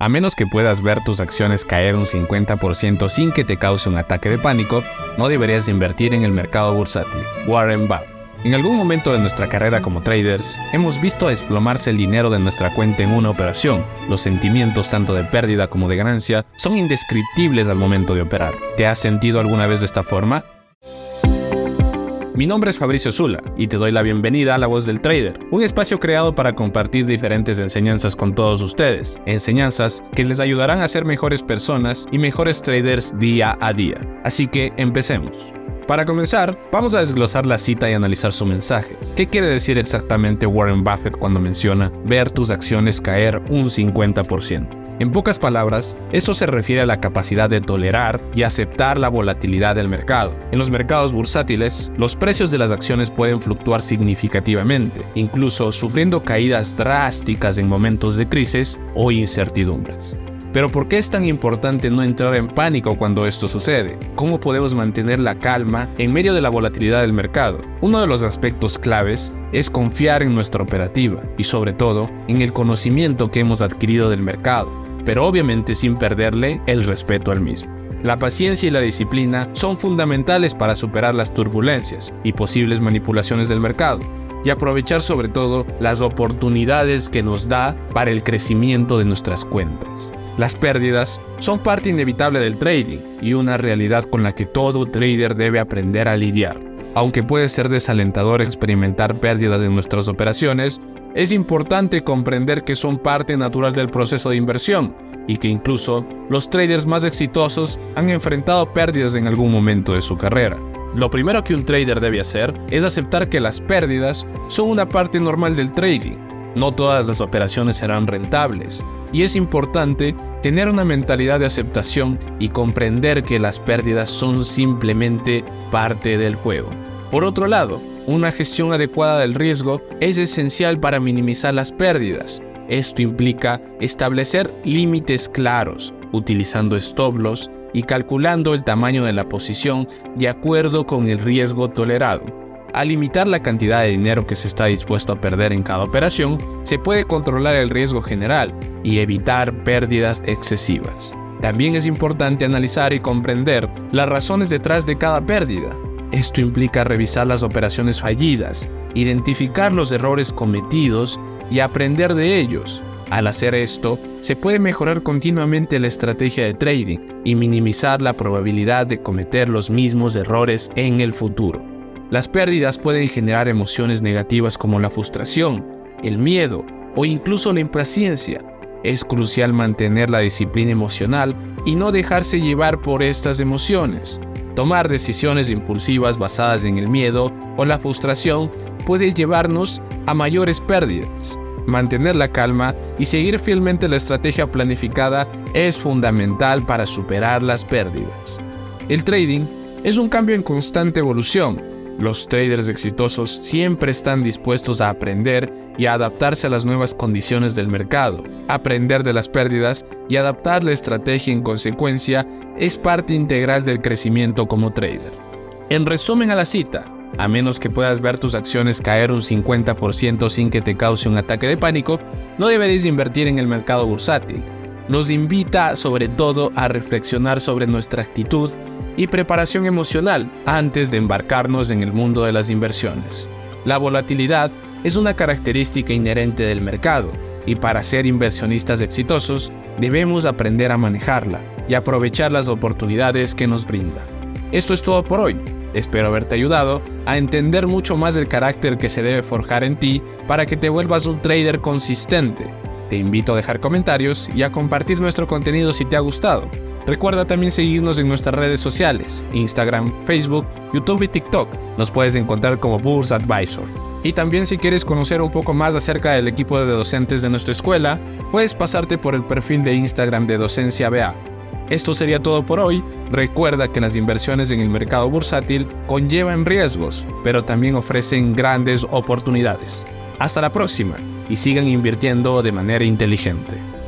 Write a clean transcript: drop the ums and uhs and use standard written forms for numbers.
A menos que puedas ver tus acciones caer un 50% sin que te cause un ataque de pánico, no deberías invertir en el mercado bursátil. Warren Buffett. En algún momento de nuestra carrera como traders, hemos visto desplomarse el dinero de nuestra cuenta en una operación. Los sentimientos tanto de pérdida como de ganancia son indescriptibles al momento de operar. ¿Te has sentido alguna vez de esta forma? Mi nombre es Fabricio Zula y te doy la bienvenida a La Voz del Trader, un espacio creado para compartir diferentes enseñanzas con todos ustedes, enseñanzas que les ayudarán a ser mejores personas y mejores traders día a día. Así que empecemos. Para comenzar, vamos a desglosar la cita y analizar su mensaje. ¿Qué quiere decir exactamente Warren Buffett cuando menciona ver tus acciones caer un 50%? En pocas palabras, esto se refiere a la capacidad de tolerar y aceptar la volatilidad del mercado. En los mercados bursátiles, los precios de las acciones pueden fluctuar significativamente, incluso sufriendo caídas drásticas en momentos de crisis o incertidumbres. Pero ¿por qué es tan importante no entrar en pánico cuando esto sucede? ¿Cómo podemos mantener la calma en medio de la volatilidad del mercado? Uno de los aspectos claves es confiar en nuestra operativa y sobre todo en el conocimiento que hemos adquirido del mercado, pero obviamente sin perderle el respeto al mismo. La paciencia y la disciplina son fundamentales para superar las turbulencias y posibles manipulaciones del mercado y aprovechar sobre todo las oportunidades que nos da para el crecimiento de nuestras cuentas. Las pérdidas son parte inevitable del trading y una realidad con la que todo trader debe aprender a lidiar. Aunque puede ser desalentador experimentar pérdidas en nuestras operaciones, es importante comprender que son parte natural del proceso de inversión y que incluso los traders más exitosos han enfrentado pérdidas en algún momento de su carrera. Lo primero que un trader debe hacer es aceptar que las pérdidas son una parte normal del trading. No todas las operaciones serán rentables, y es importante tener una mentalidad de aceptación y comprender que las pérdidas son simplemente parte del juego. Por otro lado, una gestión adecuada del riesgo es esencial para minimizar las pérdidas. Esto implica establecer límites claros, utilizando stop loss y calculando el tamaño de la posición de acuerdo con el riesgo tolerado. Al limitar la cantidad de dinero que se está dispuesto a perder en cada operación, se puede controlar el riesgo general y evitar pérdidas excesivas. También es importante analizar y comprender las razones detrás de cada pérdida. Esto implica revisar las operaciones fallidas, identificar los errores cometidos y aprender de ellos. Al hacer esto, se puede mejorar continuamente la estrategia de trading y minimizar la probabilidad de cometer los mismos errores en el futuro. Las pérdidas pueden generar emociones negativas como la frustración, el miedo o incluso la impaciencia. Es crucial mantener la disciplina emocional y no dejarse llevar por estas emociones. Tomar decisiones impulsivas basadas en el miedo o la frustración puede llevarnos a mayores pérdidas. Mantener la calma y seguir fielmente la estrategia planificada es fundamental para superar las pérdidas. El trading es un cambio en constante evolución. Los traders exitosos siempre están dispuestos a aprender y a adaptarse a las nuevas condiciones del mercado. Aprender de las pérdidas y adaptar la estrategia en consecuencia es parte integral del crecimiento como trader. En resumen a la cita, a menos que puedas ver tus acciones caer un 50% sin que te cause un ataque de pánico, no deberías invertir en el mercado bursátil. Nos invita sobre todo a reflexionar sobre nuestra actitud y preparación emocional antes de embarcarnos en el mundo de las inversiones. La volatilidad es una característica inherente del mercado y para ser inversionistas exitosos debemos aprender a manejarla y aprovechar las oportunidades que nos brinda. Esto es todo por hoy. Espero haberte ayudado a entender mucho más del carácter que se debe forjar en ti para que te vuelvas un trader consistente. Te invito a dejar comentarios y a compartir nuestro contenido si te ha gustado. Recuerda también seguirnos en nuestras redes sociales, Instagram, Facebook, YouTube y TikTok. Nos puedes encontrar como Burs Advisor. Y también si quieres conocer un poco más acerca del equipo de docentes de nuestra escuela, puedes pasarte por el perfil de Instagram de Docencia BA. Esto sería todo por hoy. Recuerda que las inversiones en el mercado bursátil conllevan riesgos, pero también ofrecen grandes oportunidades. Hasta la próxima y sigan invirtiendo de manera inteligente.